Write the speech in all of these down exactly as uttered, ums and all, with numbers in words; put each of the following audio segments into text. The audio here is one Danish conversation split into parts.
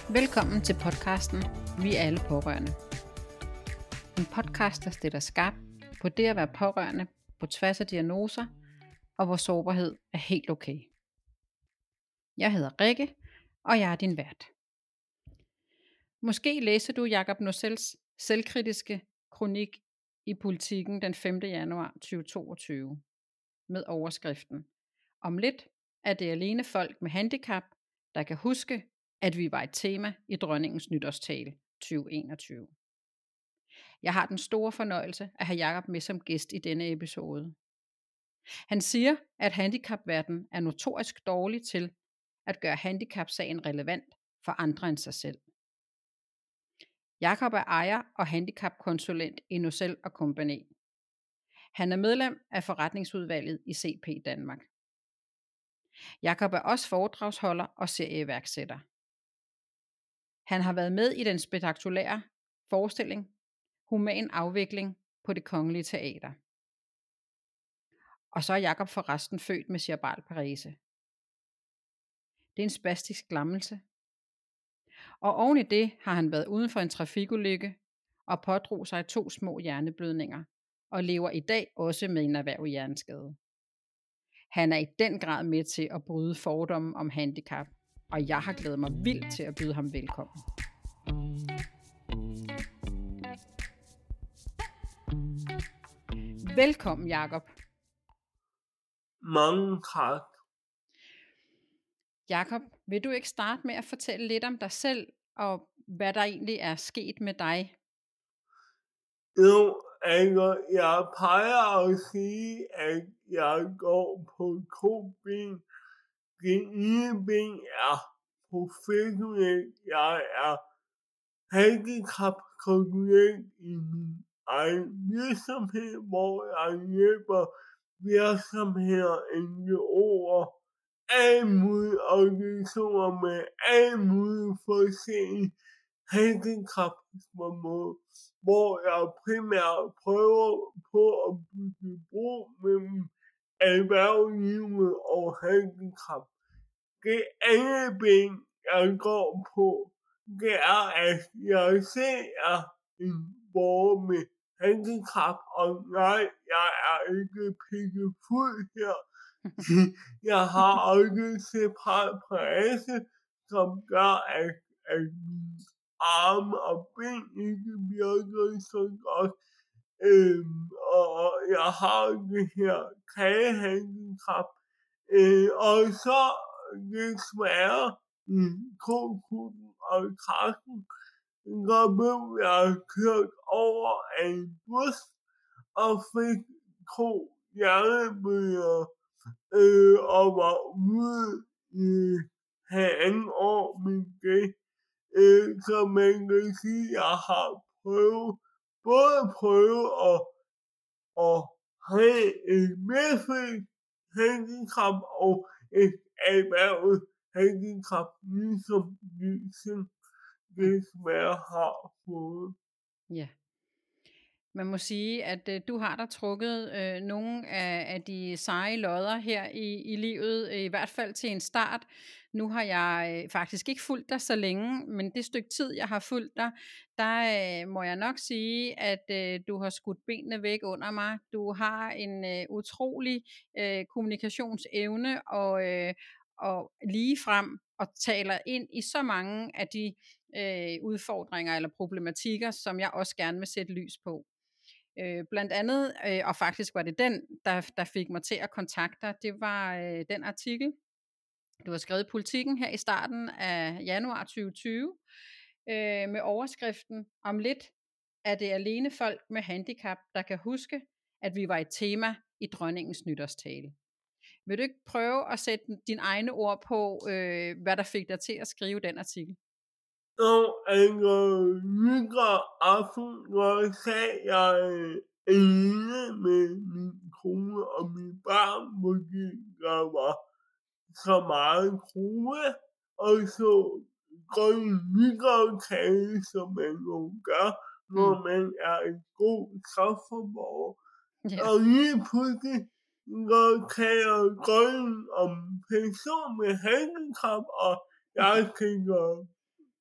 Velkommen til podcasten Vi er alle pårørende. En podcast, der stiller skarp på det at være pårørende på tværs af diagnoser, og hvor sårbarhed er helt okay. Jeg hedder Rikke, og jeg er din vært. Måske læser du Jakob Nossels selvkritiske kronik i Politiken den femte januar to tusind og toogtyve med overskriften: Om lidt er det alene folk med handicap, der kan huske, at vi var et tema i dronningens nytårstale tyve enogtyve. Jeg har den store fornøjelse at have Jakob med som gæst i denne episode. Han siger, at handicapverdenen er notorisk dårlig til at gøre handicapsagen relevant for andre end sig selv. Jakob er ejer og handicapkonsulent i Nossel og Kompagni. Han er medlem af forretningsudvalget i C P Danmark. Jakob er også foredragsholder og serieiværksætter. Han har været med i den spektakulære forestilling Human Afvikling på Det Kongelige Teater. Og så er Jakob forresten født med cerebral parese. Det er en spastisk lammelse. Og oven i det har han været uden for en trafikulykke og pådrog sig to små hjerneblødninger og lever i dag også med en erhverv hjerneskade. Han er i den grad med til at bryde fordomme om handicap, og jeg har glædet mig vildt til at byde ham velkommen. Velkommen, Jakob. Mange tak. Jakob, vil du ikke starte med at fortælle lidt om dig selv, og hvad der egentlig er sket med dig? Jo, altså, jeg plejer at sige, at jeg går på to ben. Det ene ben er professionelt. Jeg er handicapkonsulent i min egen virksomhed, hvor jeg hjælper virksomheder, N G O'er, alle mulige organisationer med alle mulige forskellige handicapspørgsmål, hvor jeg primært prøver på at bygge bro mellem erhvervslivet og handicap. Det andet ben, jeg går på, det er, at jeg selv er en borger med handicap, og nej, jeg er ikke pikkefuld her. Jeg har også cerebral parese, som gør, at, at mine arme og ben ikke virker så godt. Øhm, og jeg har det her kagehandicap. Øh, og så desværre i to tusind og tretten, så blev jeg kørt over af en bus og fik to hjerneblødninger. Øh, og var ude i halvandet år med det. Øh, så man kan sige, at jeg har prøvet, både prøvet at, at have et medfødt handicap og et erhvervet handicap, ligesom ligesom desværre har fået. Ja. Man må sige, at øh, du har da trukket øh, nogle af, af de seje lodder her i, i livet, i hvert fald til en start. Nu har jeg øh, faktisk ikke fulgt dig så længe, men det stykke tid, jeg har fulgt dig, der øh, må jeg nok sige, at øh, du har skudt benene væk under mig. Du har en øh, utrolig øh, kommunikationsevne og, øh, og ligefrem og taler ind i så mange af de øh, udfordringer eller problematikker, som jeg også gerne vil sætte lys på. Øh, blandt andet, øh, og faktisk var det den, der, der fik mig til at kontakte dig, det var øh, den artikel, du har skrevet i Politiken her i starten af januar tyve tyve, øh, med overskriften: Om lidt er det alene folk med handicap, der kan huske, at vi var et tema i dronningens nytårstale. Vil du ikke prøve at sætte dine egne ord på, øh, hvad der fik dig til at skrive den artikel? Og altså, nytårsaften, hvor sad jeg alene med min kone og mine børn, fordi der var så meget kruge, og så går en nytårstale, som man jo gør, når Mm. man er en god strafforborger. Ja. Og lige pludselig, så kan jeg grønne om person med handicap, og jeg tænker,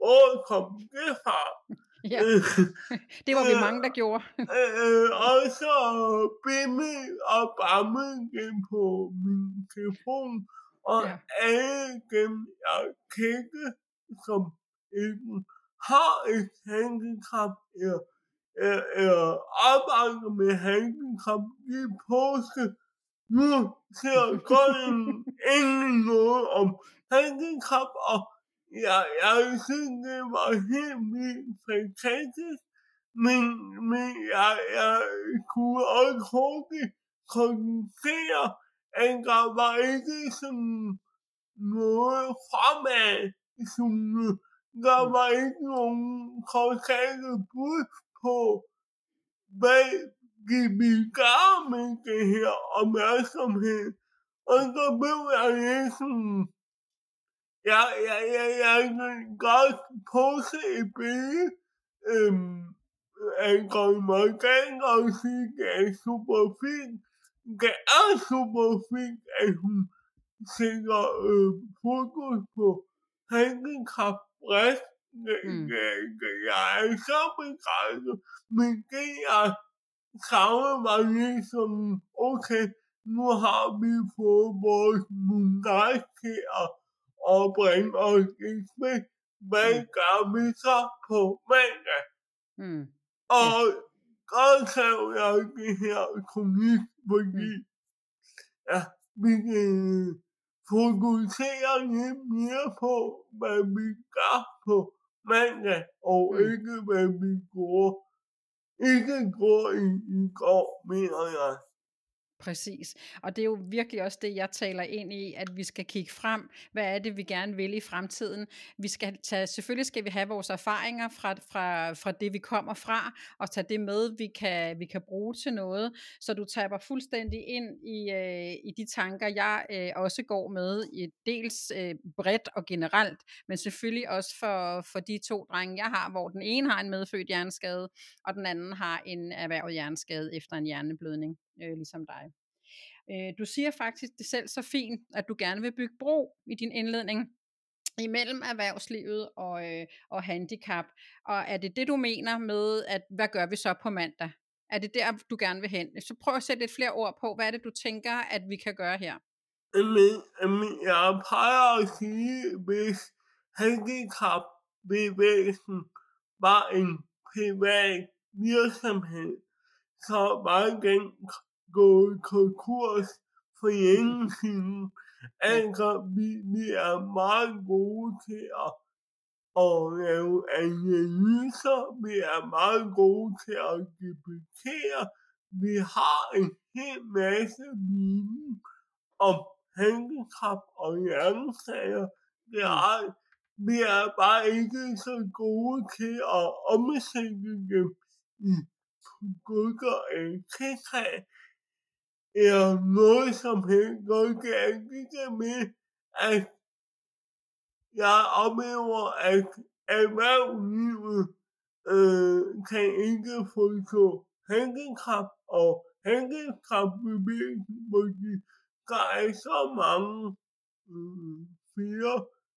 hvor kom det fra? Ja, det var vi Øh, mange, der gjorde. øh, og så bimme og bamme dem på min telefon, og Ja. alle dem, jeg kendte, som enten har et handicap eller, eller, eller arbejder med handicap, de postede, nu ser Grønland endelig noget om handicap, og jeg, jeg synes, det var helt vildt fantastisk, men, men jeg, jeg kunne også hurtigt konstatere, at der var ikke sådan noget fremad, sådan, der Mm. var ikke nogen konkrete bud på, hvad de ville gøre med det her opmærksomhed. Og så blev jeg lidt sådan, jeg, jeg, jeg, jeg kan godt poste et billede, øhm, af Grønne Morgan og sige, det er super fint. Det er super fint, at hun sætter øh, fokus på handicap bredt. Det, Mm. det, det, jeg er så begejstret, men det jeg savner var ligesom, okay, nu har vi fået vores Moonlight til at, at bringe os i spil. Hvad Mm. gør vi så på mandag? Mm. Og Ja. så skrev jeg det her kronik, fordi Mm. ja, vi kan fokusere lidt mere på, hvad vi gør på mandag, og Mm. ikke hvad vi gjorde, ikke gjorde i, i går, mener jeg. Præcis. Og det er jo virkelig også det, jeg taler ind i, at vi skal kigge frem. Hvad er det, vi gerne vil i fremtiden? Vi skal tage, selvfølgelig skal vi have vores erfaringer fra, fra, fra det, vi kommer fra, og tage det med, vi kan, vi kan bruge til noget. Så du taber fuldstændig ind i, øh, i de tanker, jeg øh, også går med, i dels øh, bredt og generelt, men selvfølgelig også for, for de to drenge, jeg har, hvor den ene har en medfødt hjerneskade, og den anden har en erhvervet hjerneskade efter en hjerneblødning, øh, ligesom dig. Øh, du siger faktisk det selv så fint, at du gerne vil bygge bro i din indledning imellem erhvervslivet og, øh, og handicap. Og er det det, du mener med, at hvad gør vi så på mandag? Er det der, du gerne vil hen? Så prøv at sætte lidt flere ord på, hvad er det, du tænker, at vi kan gøre her? Men, men jeg plejer at sige, hvis handicapbevægelsen var en privat virksomhed, så var den gået konkurs for længe siden. Ja. Altså, vi, vi er meget gode til at, at lave analyser, vi er meget gode til at debattere, vi har en hel masse viden om handicap og hjerneskader. Det Mm. er, vi er bare ikke så gode til at omsætte dem i produkter eller tiltag, eller noget som helst. Og det er ikke med, at jeg oplever, at erhvervslivet øh, kan ikke forstå handicap og handicapbevægelsen, fordi der er så mange øh, flere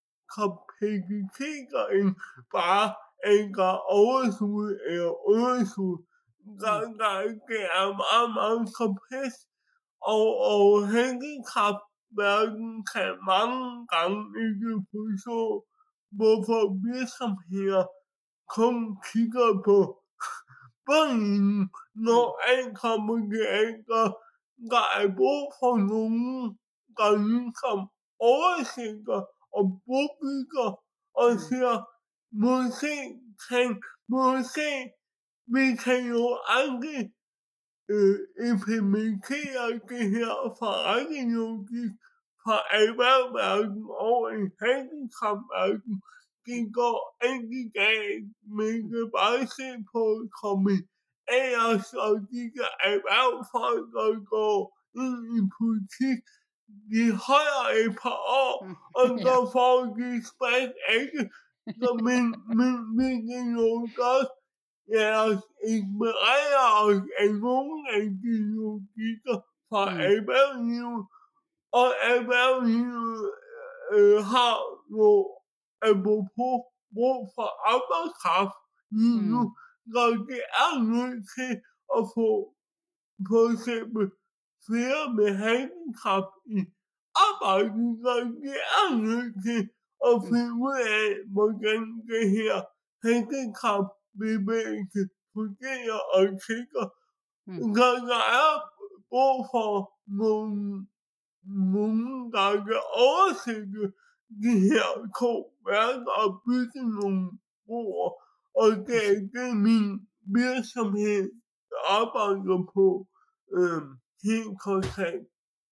kapaciteter end bare at der er overskud eller underskud. Der, Mm. der, det er meget, meget komplekst, og, og handicapverden kan mange gange ikke forstå, hvorfor virksomheder kun kigger på bundlinjen, når Mm. alt kommer til alt, der, der er brug for nogen, der ligesom oversigter og brobygger og Mm. siger, måske kan, måske vi kan jo aldrig øh, implementere det her forretningslogik fra erhvervsverden over en handicapverden. Det går ikke galt, men Mm. kan bare se på komme af os og de der erhvervsfolk, der går ind i politik. De holder et par år, Mm. og så Ja. får de spredt ikke. Så men, men vi kan jo godt lade os inspirere os af nogle af de logikker fra Mm. erhvervslivet, og erhvervslivet øh, har jo apropos brug for arbejdskraft lige nu, Mm. når de er nødt til at få for eksempel flere med handicap i arbejde, når de er nødt til at Mm. finde ud af, hvordan det her handicapbevægelse fungerer og tænker. Mm. Så der er brug for nogle, nogen, der kan oversætte de her to verdener og bygge nogle broer. Og det er det, min virksomhed arbejder på øh, helt konkret.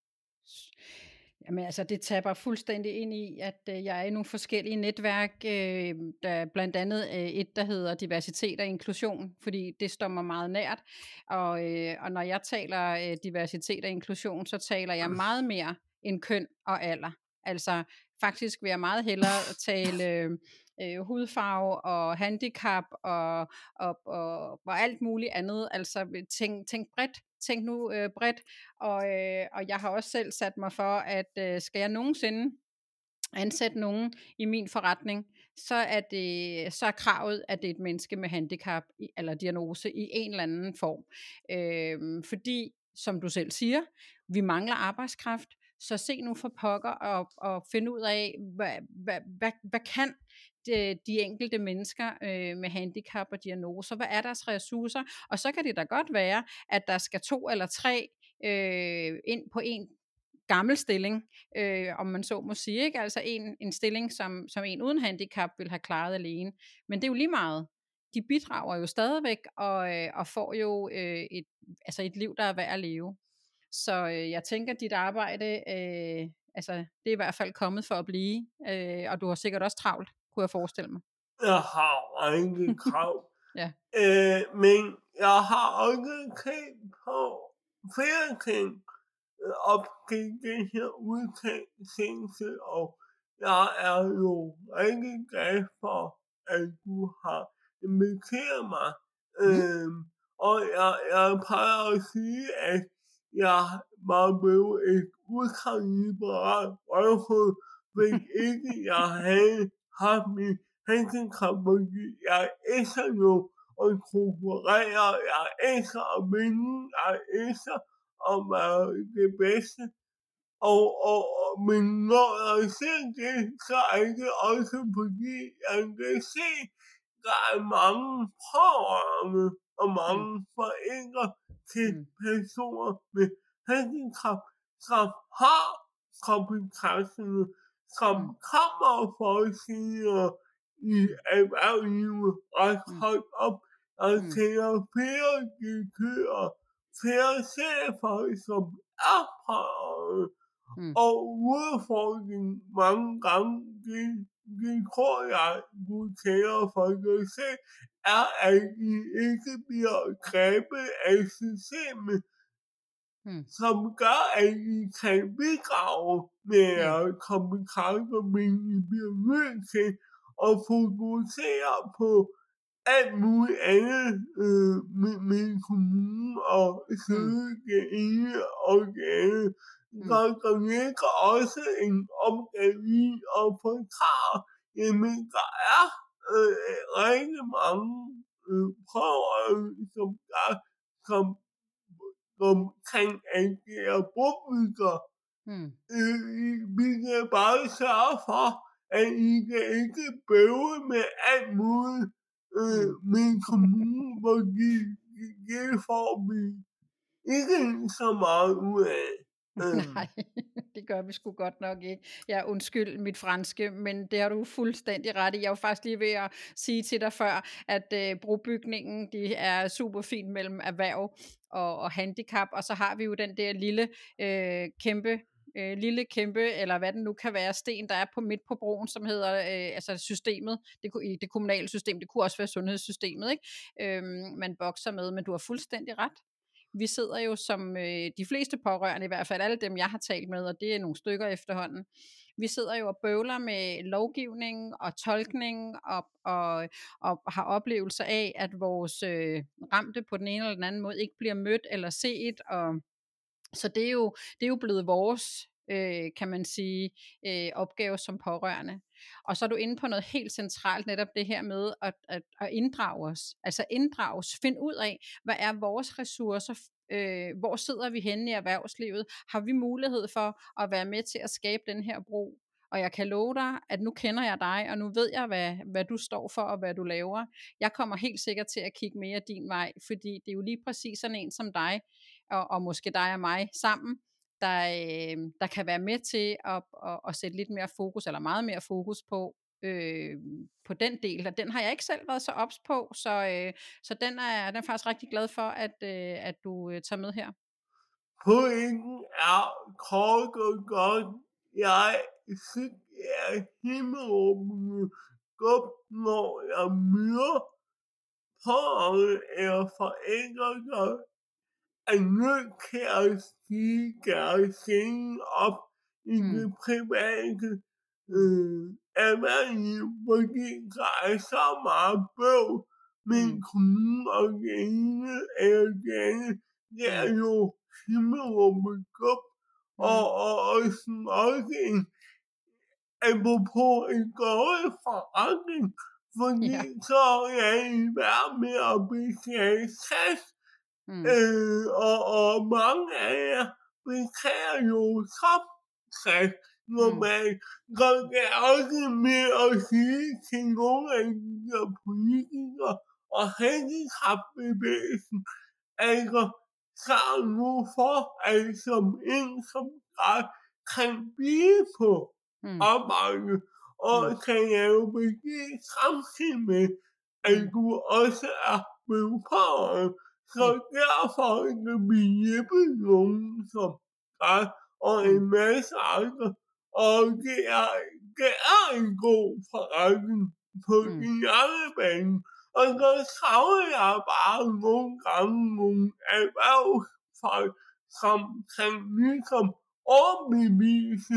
Jamen altså, det tapper fuldstændig ind i, at øh, jeg er i nogle forskellige netværk, øh, der blandt andet øh, et, der hedder diversitet og inklusion, fordi det står mig meget nært. Og, øh, og når jeg taler øh, diversitet og inklusion, så taler jeg meget mere end køn og alder. Altså faktisk vil jeg meget hellere tale øh, hudfarve og handicap og, og, og, og alt muligt andet. Altså tænk, tænk bredt. Tænk nu øh, bredt, og, øh, og jeg har også selv sat mig for, at øh, skal jeg nogensinde ansætte nogen i min forretning, så er, det, så er kravet, at det er et menneske med handicap i, eller diagnose i en eller anden form. Øh, fordi, som du selv siger, vi mangler arbejdskraft, så se nu for pokker og, og finde ud af, hvad, hvad, hvad, hvad kan de, de enkelte mennesker øh, med handicap og diagnoser, hvad er deres ressourcer, og så kan det da godt være, at der skal to eller tre øh, ind på en gammel stilling, øh, om man så må sige, ikke? Altså en, en stilling, som, som en uden handicap vil have klaret alene. Men det er jo lige meget. De bidrager jo stadigvæk, og, øh, og får jo øh, et, altså et liv, der er værd at leve. Så øh, jeg tænker, at dit arbejde, øh, altså det er i hvert fald kommet for at blive, øh, og du har sikkert også travlt, kunne jeg forestille mig. Jeg har ikke krav. Ja. øh, men jeg har også tænkt på flere ting op til det her udtalelse, og jeg er jo rigtig glad for, at du har inviteret mig. Mm. Øhm, og jeg, jeg plejer at sige, at jeg var blevet et ultraliberalt røvhul, hvis ikke jeg havde haft min handicap, fordi jeg elsker jo at konkurrere, jeg elsker at vinde, jeg elsker at være det bedste. Og, og, og, men når jeg ser det, så er det også fordi, jeg kan se, der er mange pårørende og mange Mm. forældre til Mm. personer med handicap, som har kompetencerne, som Mm. kommer for at sige i erhvervslivet ret Mm. højt op. Jeg Mm. kender flere direktører, flere chefer, som er pårørende. Mm. Og udfordringen mange gange, det, det tror jeg, du kender for dig selv, er, at I ikke bliver grebet af systemet, Mm. som gør, at I kan bidrage med Mm. jeres kompetencer, men I bliver nødt til at fokusere på alt muligt andet øh, med, med kommunen og Mm. søge det ene og det andet. Mm. Der, der ligger også en opgave i at forklare, jamen der er øh, rigtig mange øh, pårørende, som der som, som kan agere brobygger. Mm. Øh, I- vi kan bare sørge for, at I kan ikke bøve med alt muligt øh, Mm. med kommunen, hvor de, de, de får vi ikke så meget ud af. Øh. Nej, det gør vi sgu godt nok ikke. Ja, undskyld mit franske, men det har du fuldstændig ret i. Jeg var faktisk lige ved at sige til dig før, at øh, brobygningen, de er super fint mellem erhverv og, og handicap, og så har vi jo den der lille øh, kæmpe øh, lille kæmpe, eller hvad den nu kan være, sten, der er på midt på broen, som hedder øh, altså systemet, det, i det kommunale system, det kunne også være sundhedssystemet, ikke? Øhm, man bokser med, men du har fuldstændig ret. Vi sidder jo som øh, de fleste pårørende, i hvert fald alle dem, jeg har talt med, og det er nogle stykker efterhånden. Vi sidder jo og bøvler med lovgivning og tolkning og, og, og har oplevelser af, at vores øh, ramte på den ene eller den anden måde ikke bliver mødt eller set. Og, så det er, jo, det er jo blevet vores øh, kan man sige, øh, opgave som pårørende. Og så er du inde på noget helt centralt, netop det her med at, at, at inddrage os. Altså inddrage os, find ud af, hvad er vores ressourcer, øh, hvor sidder vi henne i erhvervslivet, har vi mulighed for at være med til at skabe den her bro. Og jeg kan love dig, at nu kender jeg dig, og nu ved jeg, hvad, hvad du står for, og hvad du laver. Jeg kommer helt sikkert til at kigge mere din vej, fordi det er jo lige præcis sådan en som dig, og, og måske dig og mig sammen, der, øh, der kan være med til at, at, at sætte lidt mere fokus, eller meget mere fokus på, øh, på den del. Og den har jeg ikke selv været så ops på, så, øh, så den, er, den er faktisk rigtig glad for, at, øh, at du øh, tager med her. Pointen er kort og godt, jeg synes, det er himmelråbende godt, når jeg møder pårørende eller forældre, der er nødt til at sige deres scene op i Mm. det private øh, erhvervsliv, fordi der er så meget bøv med Mm. kommunen og det ene eller det andet. Det er Mm. jo himmelråbende godt, og, Mm. og, og sådan også en apropos en dårlig forretning, fordi Ja. så er jeg i værd med at betale skat. Mm. Øh, og, og mange af jer betaler jo topskat normalt, så det er også med at sige til nogle af de her politikere og handicapbevægelsen, altså sørg nu for, at som en som dig kan blive på Mm. arbejde, og Mm. kan lave værdi samtidig med, at Mm. du også er blevet pårørende. Så Ja. derfor kan vi hjælpe nogen som dig og en Mm. masse andre. Og det er, det er en god forretning på Mm. din hjernebane. Og så savner jeg bare nogle gange nogle erhvervsfolk, som kan ligesom overbevise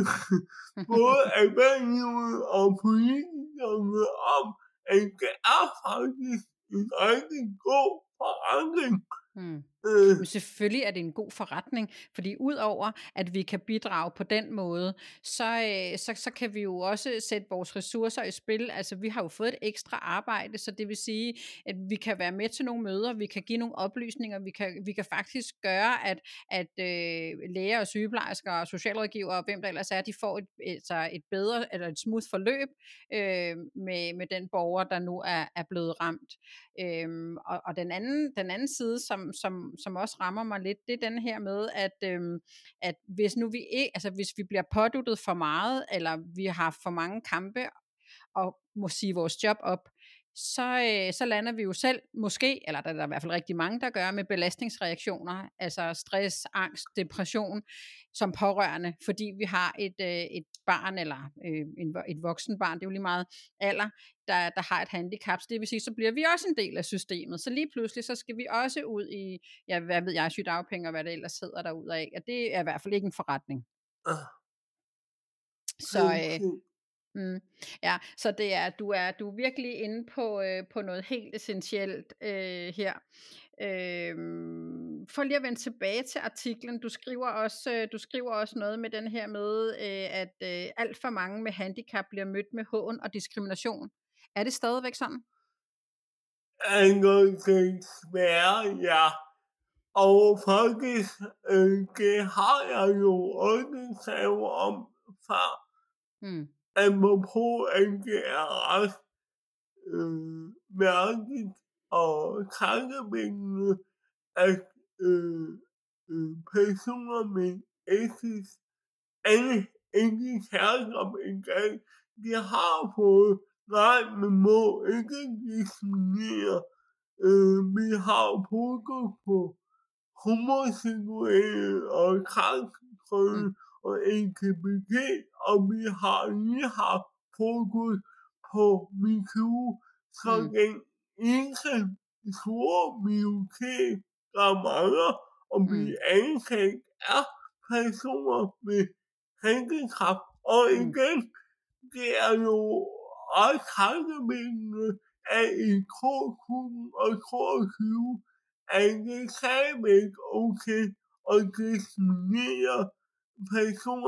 både erhvervslivet og politikerne om, at det er faktisk en rigtig god forretning. Mm. Øh, Men selvfølgelig er det en god forretning, fordi udover at vi kan bidrage på den måde, så, øh, så, så kan vi jo også sætte vores ressourcer i spil. Altså vi har jo fået et ekstra arbejde, så det vil sige, at vi kan være med til nogle møder, vi kan give nogle oplysninger, vi kan, vi kan faktisk gøre, at, at øh, læger og sygeplejersker og socialrådgivere og hvem der ellers er, de får et, altså et bedre eller et smooth forløb øh, med, med den borger, der nu er, er blevet ramt. Øhm, og, og den anden, den anden side, som, som, som også rammer mig lidt, det er den her med, at, øhm, at hvis nu vi ikke, altså hvis vi bliver påduttet for meget, eller vi har for mange kampe, og må sige vores job op, så, øh, så lander vi jo selv, måske, eller der er der i hvert fald rigtig mange, der gør, med belastningsreaktioner, altså stress, angst, depression, som pårørende, fordi vi har et, øh, et barn, eller øh, en, et voksen barn, det er jo lige meget alder, der, der har et handicap, så det vil sige, så bliver vi også en del af systemet, så lige pludselig, så skal vi også ud i, ja, hvad ved jeg, sygedagpenge, og hvad det ellers hedder derudad, og det er i hvert fald ikke en forretning. Så, øh, Mm, ja, så det er, du er, du er virkelig inde på, øh, på noget helt essentielt øh, her. Øh, for lige at vende tilbage til artiklen, du skriver også, øh, du skriver også noget med den her med, øh, at øh, alt for mange med handicap bliver mødt med hån og diskrimination. Er det stadigvæk sådan? Altså desværre, ja. Og faktisk, øh, det har jeg jo også skrevet om før, Mm, apropos at det er ret øh, mærkeligt og tankevækkende, at øh, øh, personer med etnisk alle etnisk herkomst i dag, de har fået nej, man må ikke diskriminere. Øh, vi har fokus på homoseksuelle og transkønnede mm, og L G B T, og vi har lige haft fokus på MeToo, så mm, den eneste store minoritet, der mangler at blive mm, ankendt, er personer med handicap. Og mm, igen, det er jo også tankevækkende, at i to tusind og toogtyve er det stadigvæk okay at diskriminere personer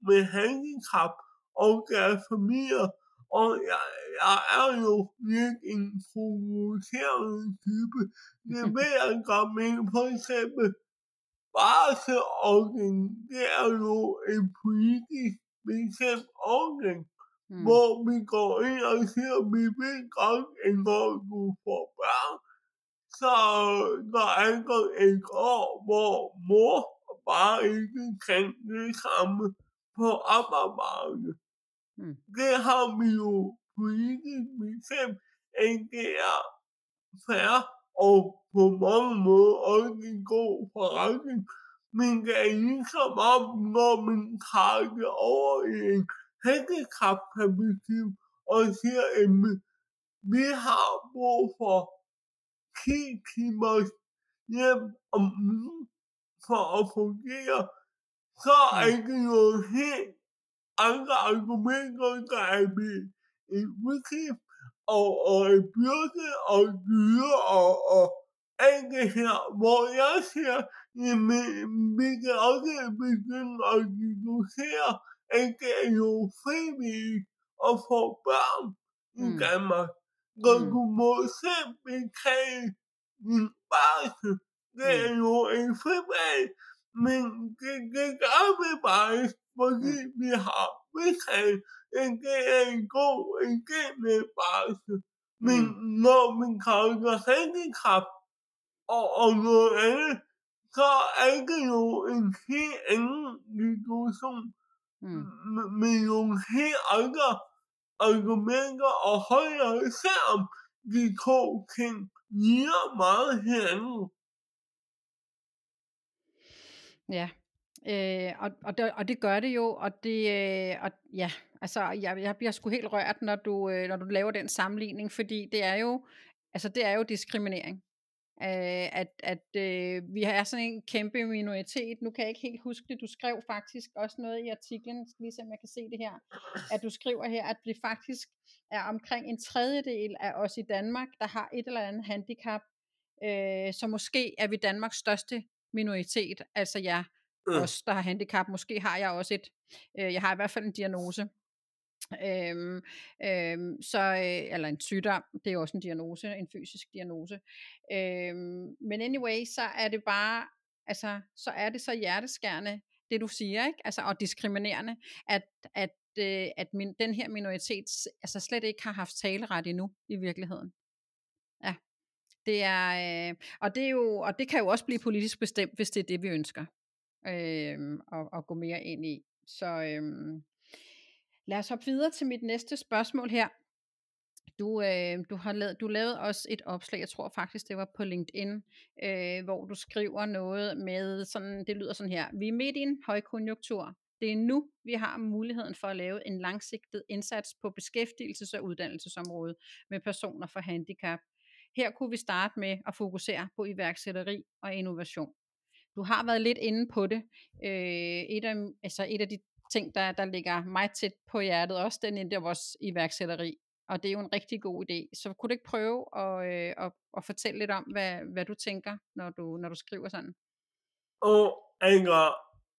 med handicap og deres familier, og jeg, jeg er jo lidt en provokerende type. Det ved jeg godt, men for eksempel barselsordning, det er jo en politisk bestemt ordning, Mm. hvor vi går ind og siger, at vi ved godt, at når du får børn, så der er der et år, hvor mor bare ikke kan det samme på arbejdsmarkedet. Mm. Det har vi jo politisk bestemt, at det er fair og på mange måder også en god forretning. Men det er ligesom om, når man tager det over i en handicapperspektiv og siger, at vi har brug for ti timers hjem om ugen for at fungere, så er Mm. det jo helt andre argumenter, der er blevet en udgift og, og en byrde og dyre og, og alt det her, hvor jeg siger, jamen, vi kan også begynde at diskutere, at det er jo frivilligt at få børn i Mm. Danmark. Så Mm. du må selv betale din barsel. Det Mm. er jo en frivalg, men det, det gør vi bare ikke, fordi Mm. vi har betalt, at det er en god idé med barsel. Men Mm. når man kalder handicap og, og noget andet, så er det jo en helt anden diskussion Mm. med, med nogle helt andre argumenter og højere, selvom de to ting ligner meget hinanden. Ja, øh, og, og, det, og det gør det jo, og det, øh, og ja, altså jeg, jeg bliver sgu helt rørt, når du, øh, når du laver den sammenligning, fordi det er jo, altså det er jo diskriminering. Øh, at at øh, vi er sådan en kæmpe minoritet. Nu kan jeg ikke helt huske det. Du skrev faktisk også noget i artiklen, jeg skal lige se, om jeg kan se det her, at du skriver her, at det faktisk er omkring en tredjedel af os i Danmark, der har et eller andet handicap. Øh, så måske er vi Danmarks største minoritet, altså jer, Mm. os, der har handicap. Måske har jeg også et. Øh, jeg har i hvert fald en diagnose. Øhm, øhm, så, øh, eller en sygdom, det er jo også en diagnose, en fysisk diagnose. Øhm, men anyway, så er det bare, altså, så er det så hjerteskærende, det du siger, ikke? Altså, og diskriminerende, at, at, øh, at min, den her minoritet, s- altså slet ikke har haft taleret endnu, i virkeligheden. Ja, det er, øh, og det er jo, og det kan jo også blive politisk bestemt, hvis det er det, vi ønsker, øhm, at, at gå mere ind i. Så, øhm, lad os hoppe videre til mit næste spørgsmål her. Du, øh, du har lavet, du lavede også et opslag, jeg tror faktisk det var på LinkedIn, øh, hvor du skriver noget med, sådan, det lyder sådan her: vi er midt i en højkonjunktur. Det er nu, vi har muligheden for at lave en langsigtet indsats på beskæftigelses- og uddannelsesområdet med personer for handicap. Her kunne vi starte med at fokusere på iværksætteri og innovation. Du har været lidt inde på det. Øh, et, af, altså et af de ting, der, der ligger mig tæt på hjertet, også den er vores iværksætteri. Og det er jo en rigtig god idé. Så kunne du ikke prøve at, øh, at, at fortælle lidt om, hvad, hvad du tænker, når du, når du skriver sådan? Og altså,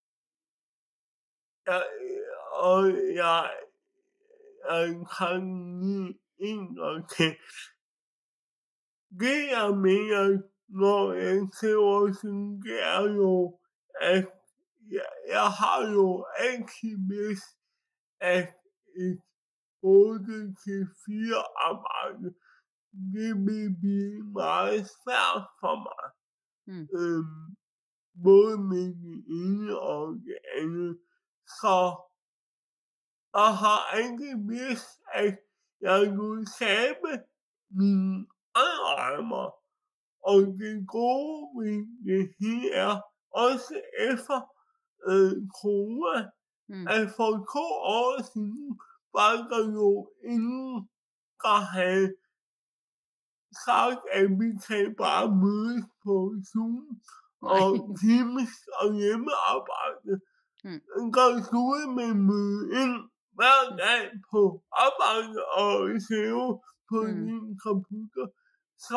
jeg, og jeg, jeg kan lige en gang til. Det jeg mener, når jeg skriver sådan, det er jo, at jeg, jeg har jo altid vidst, at et otte til fire arbejde, det vil blive meget svært for mig. Mm. Øhm, både med det ene og det andet. Så jeg har ikke vidst, at jeg kunne skabe mine indrømmer. Og det gode ved det hele er, også efter øh, corona, Mm. at for to år siden var der jo ingen, der havde sagt, at vi kan bare mødes på Zoom Nej. og Teams og hjemmearbejde. Mm. Der skulle man møde ind hver Mm. dag på arbejde og skrive på Mm. din computer. Så,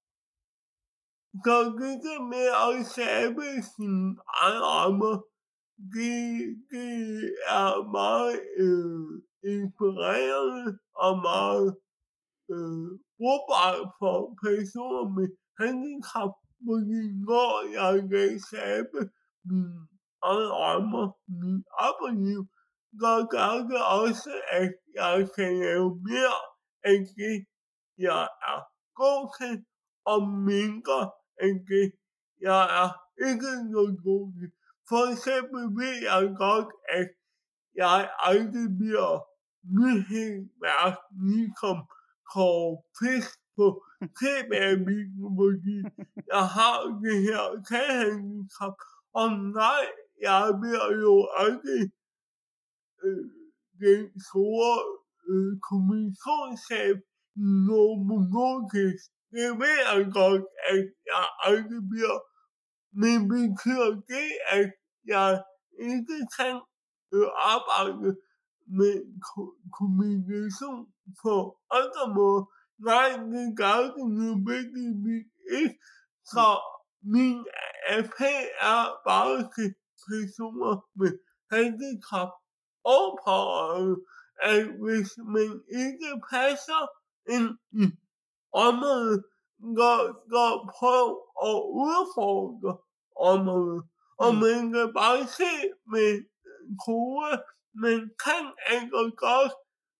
så det der med at skabe sine egne rammer, det, det er meget øh, inspirerende og meget øh, brugbart for personer med handicap, fordi når jeg kan skabe mine egne rammer, mit arbejdsliv, så gør det også, at jeg kan lave mere end det, jeg er god til, og mindre end det, jeg er ikke så god til. For eksempel ved jeg godt, at jeg aldrig bliver nyhedsvært, ligesom Kåre Fisk på T V-avisen, fordi jeg har det her talhandicap. Og nej, jeg bliver jo aldrig øh, den store øh, kommunikationschef i Novo Nordisk. Det ved jeg godt, at jeg aldrig bliver. Men betyder det, at jeg ikke kan øh, arbejde med ko- kommunikation på andre måder? Nej, det gør det nødvendigvis ikke. Så min appel er bare til personer med handicap og pårørende, at hvis man ikke passer ind i området, så, så prøv at udfordre området. Og Mm. man kan bare se med kode, man kan altså godt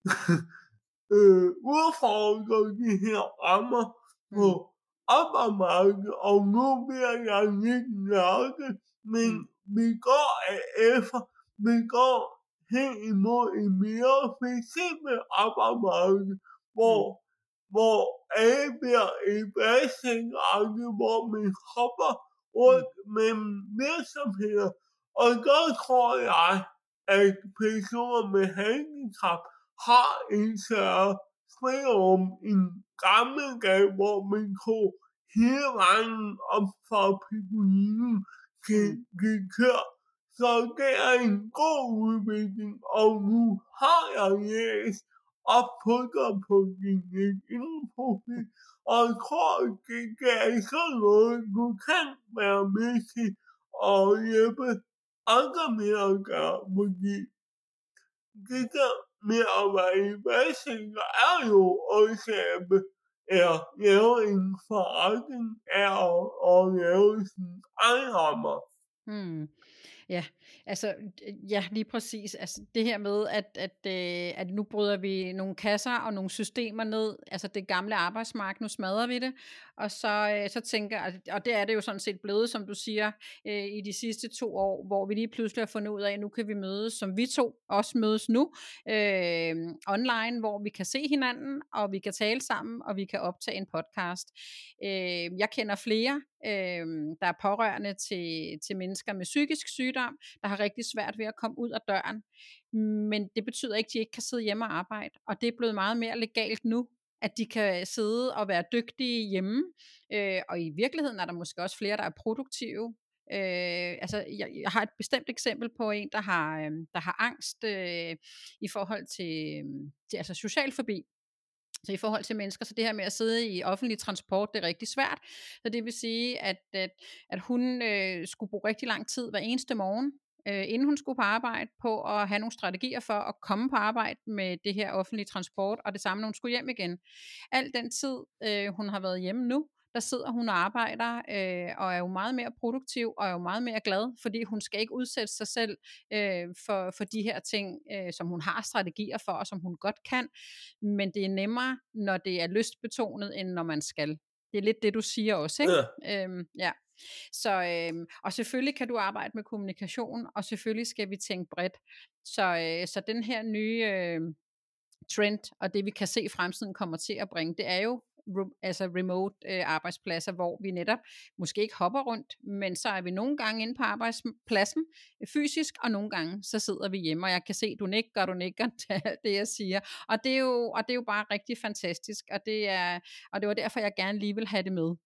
øh, udfordre de her rammer på Mm. arbejdsmarkedet, og nu bliver jeg lidt nørdet, men Mm. vi går efter, vi går hen imod et mere fleksibelt arbejdsmarked, hvor, Mm. hvor alle bliver et basemarked, hvor man hopper Mm. rundt mellem virksomheder, og så tror jeg, at personer med handicap har en større frirum end gamle dage, hvor man kunne hele vejen op fra Piccolinen til Mm. Likør. Så det er en god udvikling, og nu har jeg læst op på dig på din LinkedIn-profil, og jeg tror, det, det er sådan noget, du kan være med til at hjælpe andre med at gøre, fordi det der med at være i basinger er jo at skabe eller lave en forretning af at, at lave sine egne rammer. Mm. Ja, altså, d- ja, lige præcis. Altså, det her med, at, at, øh, at nu bryder vi nogle kasser og nogle systemer ned, altså det gamle arbejdsmarked, nu smadrer vi det, og så, øh, så tænker jeg, og det er det jo sådan set blevet, som du siger, øh, i de sidste to år, hvor vi lige pludselig har fundet ud af, at nu kan vi mødes, som vi to også mødes nu, øh, online, hvor vi kan se hinanden, og vi kan tale sammen, og vi kan optage en podcast. Øh, jeg kender flere, øh, der er pårørende til, til mennesker med psykisk sygdom, der har rigtig svært ved at komme ud af døren. Men det betyder ikke, at de ikke kan sidde hjemme og arbejde. Og det er blevet meget mere legalt nu, at de kan sidde og være dygtige hjemme. Øh, og i virkeligheden er der måske også flere, der er produktive. Øh, altså, jeg, jeg har et bestemt eksempel på en, der har, øh, der har angst øh, i forhold til, til altså social fobi. Så i forhold til mennesker, så det her med at sidde i offentlig transport, det er rigtig svært. Så det vil sige, at, at, at hun øh, skulle bruge rigtig lang tid hver eneste morgen, øh, inden hun skulle på arbejde, på at have nogle strategier for at komme på arbejde med det her offentlige transport, og det samme, når hun skulle hjem igen. Al den tid, øh, hun har været hjemme nu, der sidder hun og arbejder, øh, og er jo meget mere produktiv, og er jo meget mere glad, fordi hun skal ikke udsætte sig selv øh, for, for de her ting, øh, som hun har strategier for, og som hun godt kan, men det er nemmere, når det er lystbetonet, end når man skal. Det er lidt det, du siger også, ikke? Ja. Øhm, ja. Så, øhm, og selvfølgelig kan du arbejde med kommunikation, og selvfølgelig skal vi tænke bredt. Så, øh, så den her nye øh, trend, og det vi kan se fremtiden kommer til at bringe, det er jo re- altså remote øh, arbejdspladser, hvor vi netop måske ikke hopper rundt, men så er vi nogle gange inde på arbejdspladsen øh, fysisk, og nogle gange så sidder vi hjemme, og jeg kan se, du nikker, du nikker til alt det, jeg siger, og det er jo, og det er jo bare rigtig fantastisk, og det er, og det var derfor, jeg gerne lige vil have det med.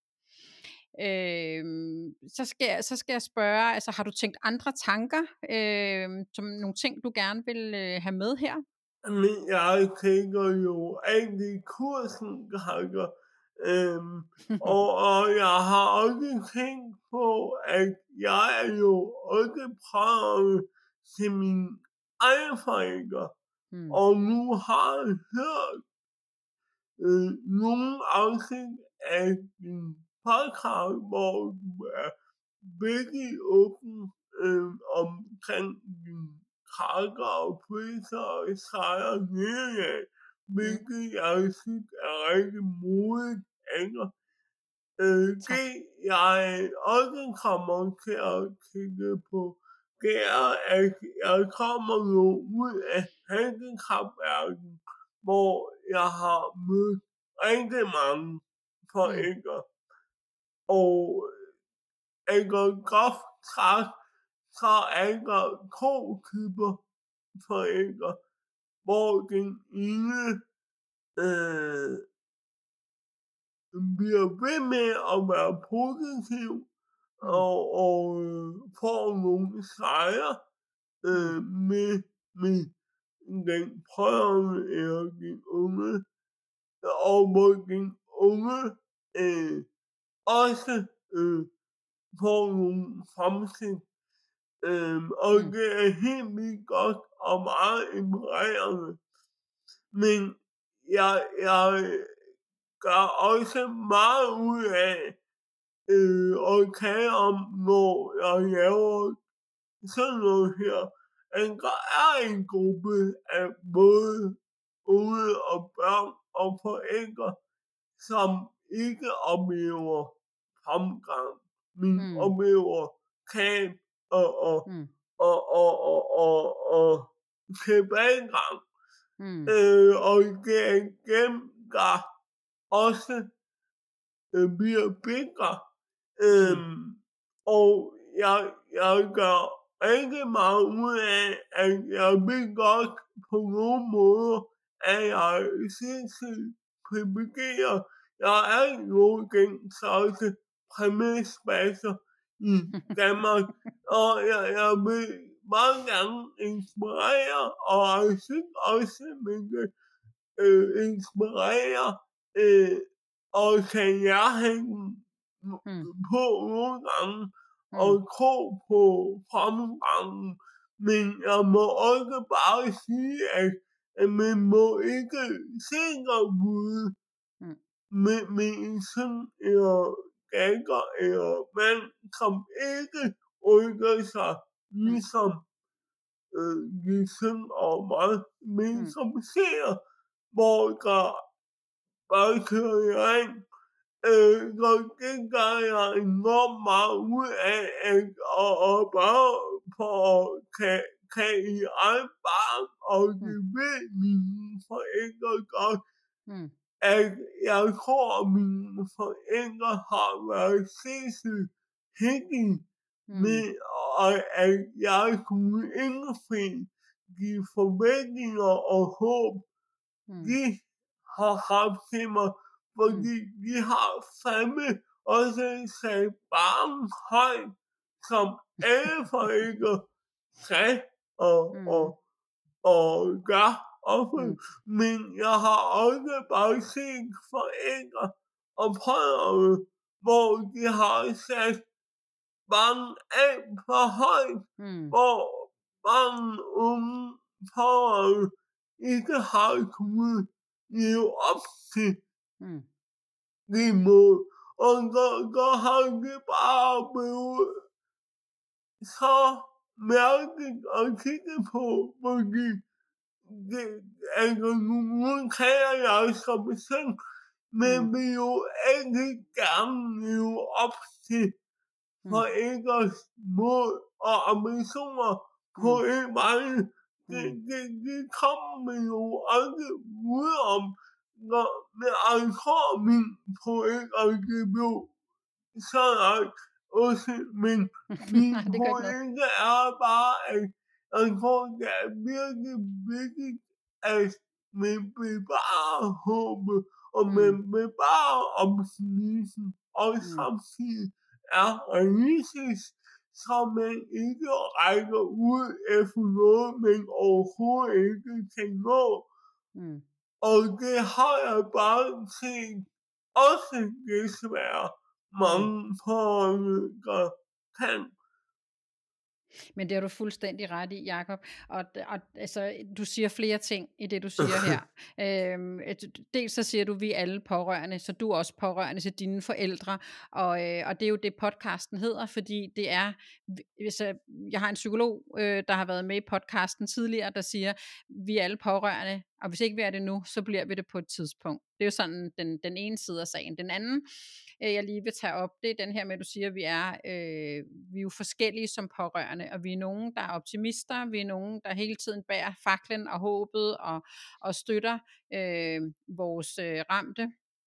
Øhm, så, skal jeg, så skal jeg spørge, altså har du tænkt andre tanker, øhm, som nogle ting, du gerne vil øh, have med her? Men jeg tænker jo, at i kursen, Kakker, Øhm, og, og jeg har også tænkt på, at jeg er jo også pårørende til mine egne forældre, Mm. og nu har jeg hørt øh, nogle afsnit af din podcast, hvor du er virkelig åben øh, omkring dine krækker og følelser og sejre nedad, Mm. hvilket jeg synes er rigtig modigt af øh, Tak. det jeg også kommer til at kigge på, det er, at jeg kommer jo ud af handicapverdenen, hvor jeg har mødt rigtig mange Mm. forældre, og jeg kan godt trække, så er der to typer forældre, hvor den ene øh, bliver ved med at være positiv, Mm. og, og øh, får nogle sejre Mm. øh, med, med den prøvende eller den unge, og hvor den unge øh, også øh, får nogle fremskridt. Øh, og Mm. det er helt vildt godt og meget inspirerende. Men jeg, jeg gør også meget ud af øh, og tale om, når jeg laver sådan noget her, at der er en gruppe af både unge og børn og forældre, som ikke oplever fremgang, men Mm. oplever tab og, og, Mm. og, og, og, og, og tilbagegang. Mm. Øh, og det er dem, der også øh, bliver bigger. Mm. Øhm, og jeg, jeg gør rigtig meget ud af, at jeg ved godt på nogle måder, at jeg er sindssygt privilegeret. Jeg er jo den største præmiespasser i Danmark, og jeg, jeg vil meget gerne inspirere, og jeg synes også, at man kan øh, inspirere øh, og tage nærheden Mm. på nogle gange, og Mm. tro på fremgangen. Men jeg må også bare sige, at, at man må ikke se dig ude Mm. med, med en søn eller datter eller mand, som ikke rykker sig Mm. ligesom øh, din søn og mig, men Mm. som ser, hvor der bare kører ind. Øh, så det gør jeg enormt meget ud af, at og, og bare for at tage, tage i egen barn, og Mm. det ved mine forældre godt, Mm. at jeg tror, at mine forældre har været sindssygt heldige Mm. med, og at jeg kunne indfri de forventninger og håb, Mm. de har haft til mig, Mm. fordi de har fandme også sat barnen højt, som alle forældre skal og, og, Mm. og gør også. Mm. Men jeg har også bare set forældre og prøvet, hvor de har sat barnet af for højt, Mm. hvor barnet unge pårørende ikke har kunnet leve op til Mm. det mål. Og så, så har det bare blevet så mærkeligt at kigge på, fordi det, altså nu, nu taler jeg som søn, men Mm. vil jo ikke gerne leve op til Mm. forældres mål og ambitioner på Mm. en vej. Det, Mm. det, det kommer man jo aldrig ud om, når, når jeg tror, min forældre, det blev så langt også, men min Nej, det gør ikke noget. pointe er bare, at jeg tror, det er virkelig vigtigt, at man bevarer håbet, og man Mm. bevarer optimismen, og Mm. samtidig er realistisk, så man ikke rækker ud efter noget, man overhovedet ikke kan nå. Mm. Og det har jeg bare set også desværre Mm. mange pårørende, der kan. Men det har du fuldstændig ret i, Jakob. Og, og altså, du siger flere ting i det, du siger her. Øhm, et- dels så siger du, at vi er alle pårørende, så du er også pårørende til dine forældre. Og, øh, og det er jo det, podcasten hedder, fordi det er, hvis jeg, jeg har en psykolog, øh, der har været med i podcasten tidligere, der siger, vi er alle pårørende, og hvis ikke vi er det nu, så bliver vi det på et tidspunkt. Det er jo sådan den, den ene side af sagen. Den anden, øh, jeg lige vil tage op, det er den her med, at du siger, at vi er, øh, vi er jo forskellige som pårørende, og vi er nogen, der er optimister, vi er nogen, der hele tiden bærer faklen og håbet og, og støtter øh, vores øh, ramte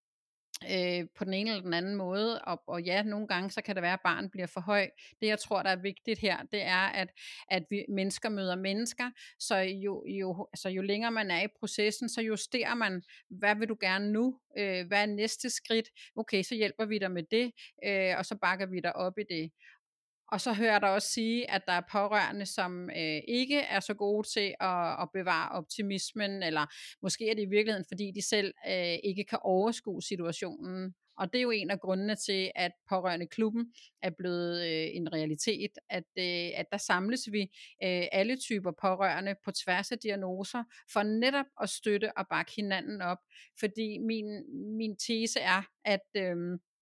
øh, på den ene eller den anden måde, og, og ja, nogle gange så kan det være, at barnet bliver for høj. Det jeg tror, der er vigtigt her, det er, at, at vi mennesker møder mennesker, så jo, jo, altså, jo længere man er i processen, så justerer man, hvad vil du gerne nu? Øh, hvad er næste skridt? Okay, så hjælper vi dig med det, øh, og så bakker vi dig op i det. Og så hører jeg dig også sige, at der er pårørende, som øh, ikke er så gode til at, at bevare optimismen, eller måske er det i virkeligheden, fordi de selv øh, ikke kan overskue situationen. Og det er jo en af grundene til, at Pårørende Klubben er blevet øh, en realitet, at, øh, at der samles vi øh, alle typer pårørende på tværs af diagnoser, for netop at støtte og bakke hinanden op. Fordi min, min tese er, at Øh,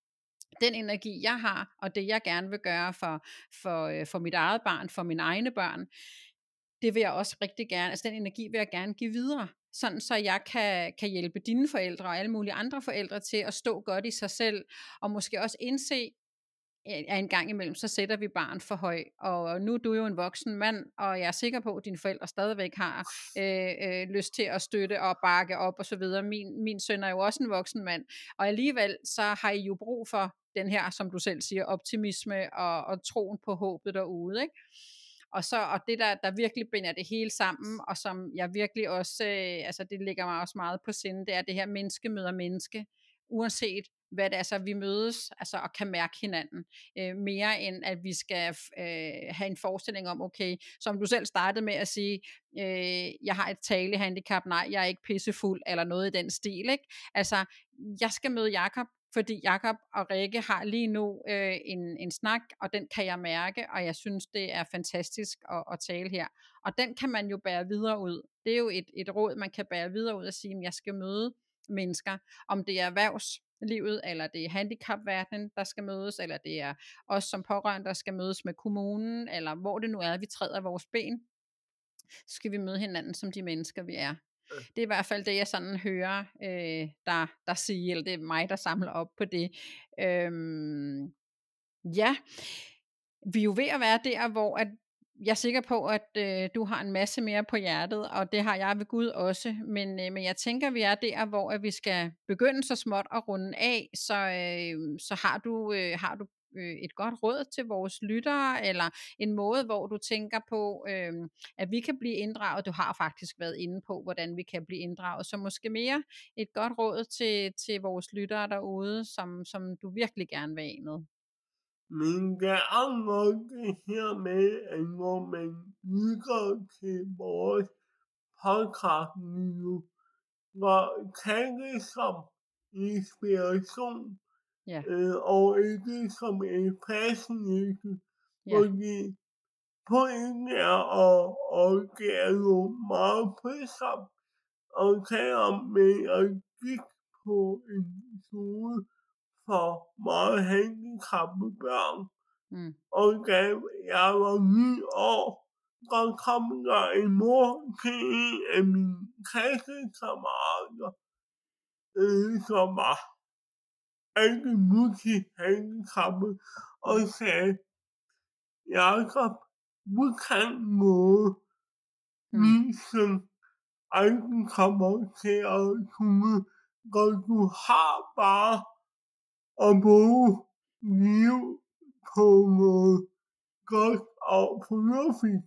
den energi, jeg har, og det jeg gerne vil gøre for, for, øh, for mit eget barn, for mine egne børn, det vil jeg også rigtig gerne, altså den energi vil jeg gerne give videre, sådan så jeg kan, kan hjælpe dine forældre og alle mulige andre forældre til at stå godt i sig selv, og måske også indse, at en gang imellem, så sætter vi barn for høj, og nu er du jo en voksen mand, og jeg er sikker på, at dine forældre stadigvæk har øh, øh, lyst til at støtte og bakke op og så videre. Min, min søn er jo også en voksen mand, og alligevel så har I jo brug for den her, som du selv siger, optimisme og, og troen på håbet derude, ikke? Og, så, og det der, der virkelig binder det hele sammen, og som jeg virkelig også, øh, altså det ligger mig også meget på sinde, det er det her menneske møder menneske, uanset hvad det er, så vi mødes altså, og kan mærke hinanden, øh, mere end at vi skal øh, have en forestilling om, okay, som du selv startede med at sige, øh, jeg har et talehandicap, nej, jeg er ikke pissefuld, eller noget i den stil, ikke? Altså, jeg skal møde Jakob, fordi Jakob og Rikke har lige nu øh, en, en snak, og den kan jeg mærke, og jeg synes, det er fantastisk at, at tale her. Og den kan man jo bære videre ud. Det er jo et, et råd, man kan bære videre ud og sige, at jeg skal møde mennesker, om det er erhvervslivet, eller det er handicapverdenen, der skal mødes, eller det er os som pårørende, der skal mødes med kommunen, eller hvor det nu er, vi træder vores ben, så skal vi møde hinanden som de mennesker, vi er. Det er i hvert fald det, jeg sådan hører, øh, der, der siger, eller det er mig, der samler op på det. Øhm, ja, vi er jo ved at være der, hvor at jeg er sikker på, at øh, du har en masse mere på hjertet, og det har jeg ved Gud også, men, øh, men jeg tænker, vi er der, hvor at vi skal begynde så småt at runde af, så, øh, så har du, øh, har du øh, et godt råd til vores lyttere, eller en måde, hvor du tænker på, øh, at vi kan blive inddraget. Du har faktisk været inde på, hvordan vi kan blive inddraget, så måske mere et godt råd til, til vores lyttere derude, som, som du virkelig gerne vil af med. Men der er nok det her med, at når man lytter til vores podcast nu, hvor kan det som inspiration, Ja, øh, og ikke som en fascination, ja, fordi pointen er, og, og det er jo meget pludsomt, og tale om med at gik på en skole for meget handicappede børn. mm, Og da jeg var ni år, der kom der en mor til en af mine klassekammerater, øh, som var ikke multihandicappet, og sagde, Jakob, du kan noget, mm. min søn aldrig kommer til at kunne, når du har bare at bruge liv på noget godt og fornuftigt.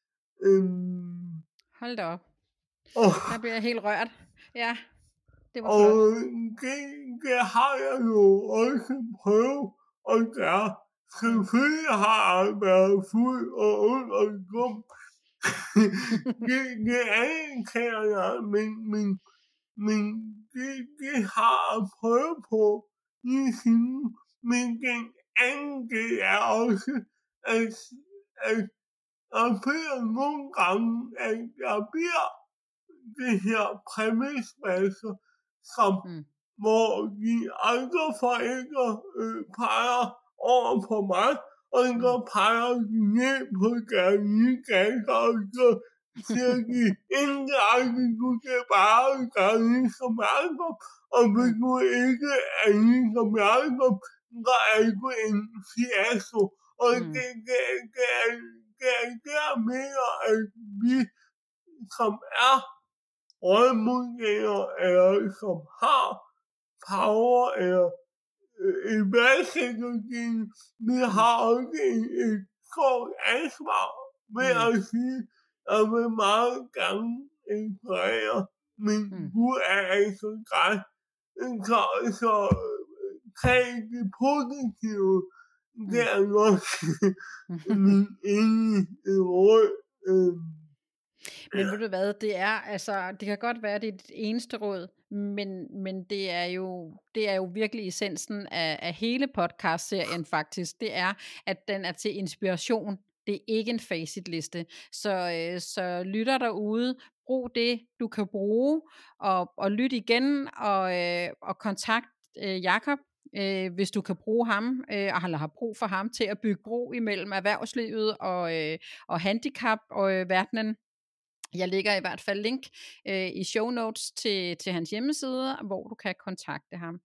Øhm, Hold da op. og, Der bliver jeg helt rørt. Ja, det var og flot. det, det har jeg jo også prøvet at gøre. Selvfølgelig har jeg været fuld og ond og dum. det, det anerkender jeg, men, men men det, det har jeg prøvet på lige siden. Men den anden del er også, at, at jeg føler nogle gange, at jeg bliver det her præmiesmasse, som Mm. hvor de andre forældre øh, peger over på mig, og så peger de ned på deres nye klasser, og så siger de, indirekte, du skal bare gøre ligesom Jacob, og hvis du ikke er ligesom Jacob, så er du en fiasko. Og Mm. det, det, det, er, det er det, jeg mener, at vi, som er rollemodellere, eller som har power, eller øh, iværksættergen, vi har også et, et stort ansvar ved Mm. at sige, at vi meget gerne inspirere, men Mm. du er altså græs. Så, så øh, tag det positive, det er nok min enige råd. Øh, Men ved du hvad, det er altså, det kan godt være, det er dit eneste råd, men, men det er jo, det er jo virkelig essensen af, af hele podcastserien faktisk. Det er, at den er til inspiration. Det er ikke en facitliste. Så, øh, så lytter derude, brug det, du kan bruge, og, og lyt igen, og, øh, og kontakt øh, Jakob, øh, hvis du kan bruge ham, øh, eller har brug for ham til at bygge bro imellem erhvervslivet og, øh, og handicap og øh, verdenen. Jeg lægger i hvert fald link øh, i show notes til, til hans hjemmeside, hvor du kan kontakte ham.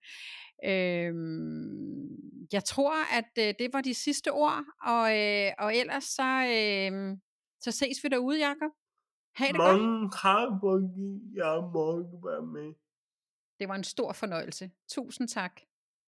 Øhm, jeg tror, at øh, det var de sidste ord, og, øh, og ellers så, øh, så ses vi derude, Jakob. Ha' det godt. mange tak, fordi jeg måtte være med. Det var en stor fornøjelse. Tusind tak.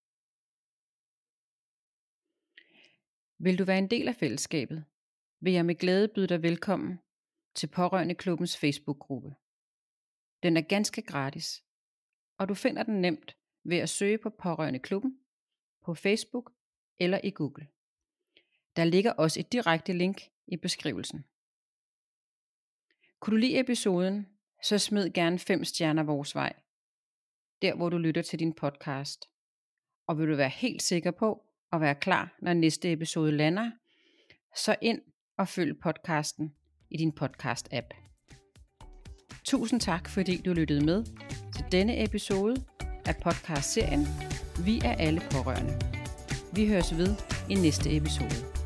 Vil du være en del af fællesskabet, vil jeg med glæde byde dig velkommen til Pårørendeklubbens Facebook-gruppe. Den er ganske gratis, og du finder den nemt ved at søge på Pårørendeklubben på Facebook eller i Google. Der ligger også et direkte link i beskrivelsen. Kunne du lide episoden, så smid gerne fem stjerner vores vej, der hvor du lytter til din podcast. Og vil du være helt sikker på at være klar, når næste episode lander, så ind og følg podcasten i din podcast-app. Tusind tak, fordi du lyttede med til denne episode af podcastserien Vi er alle pårørende. Vi høres ved i næste episode.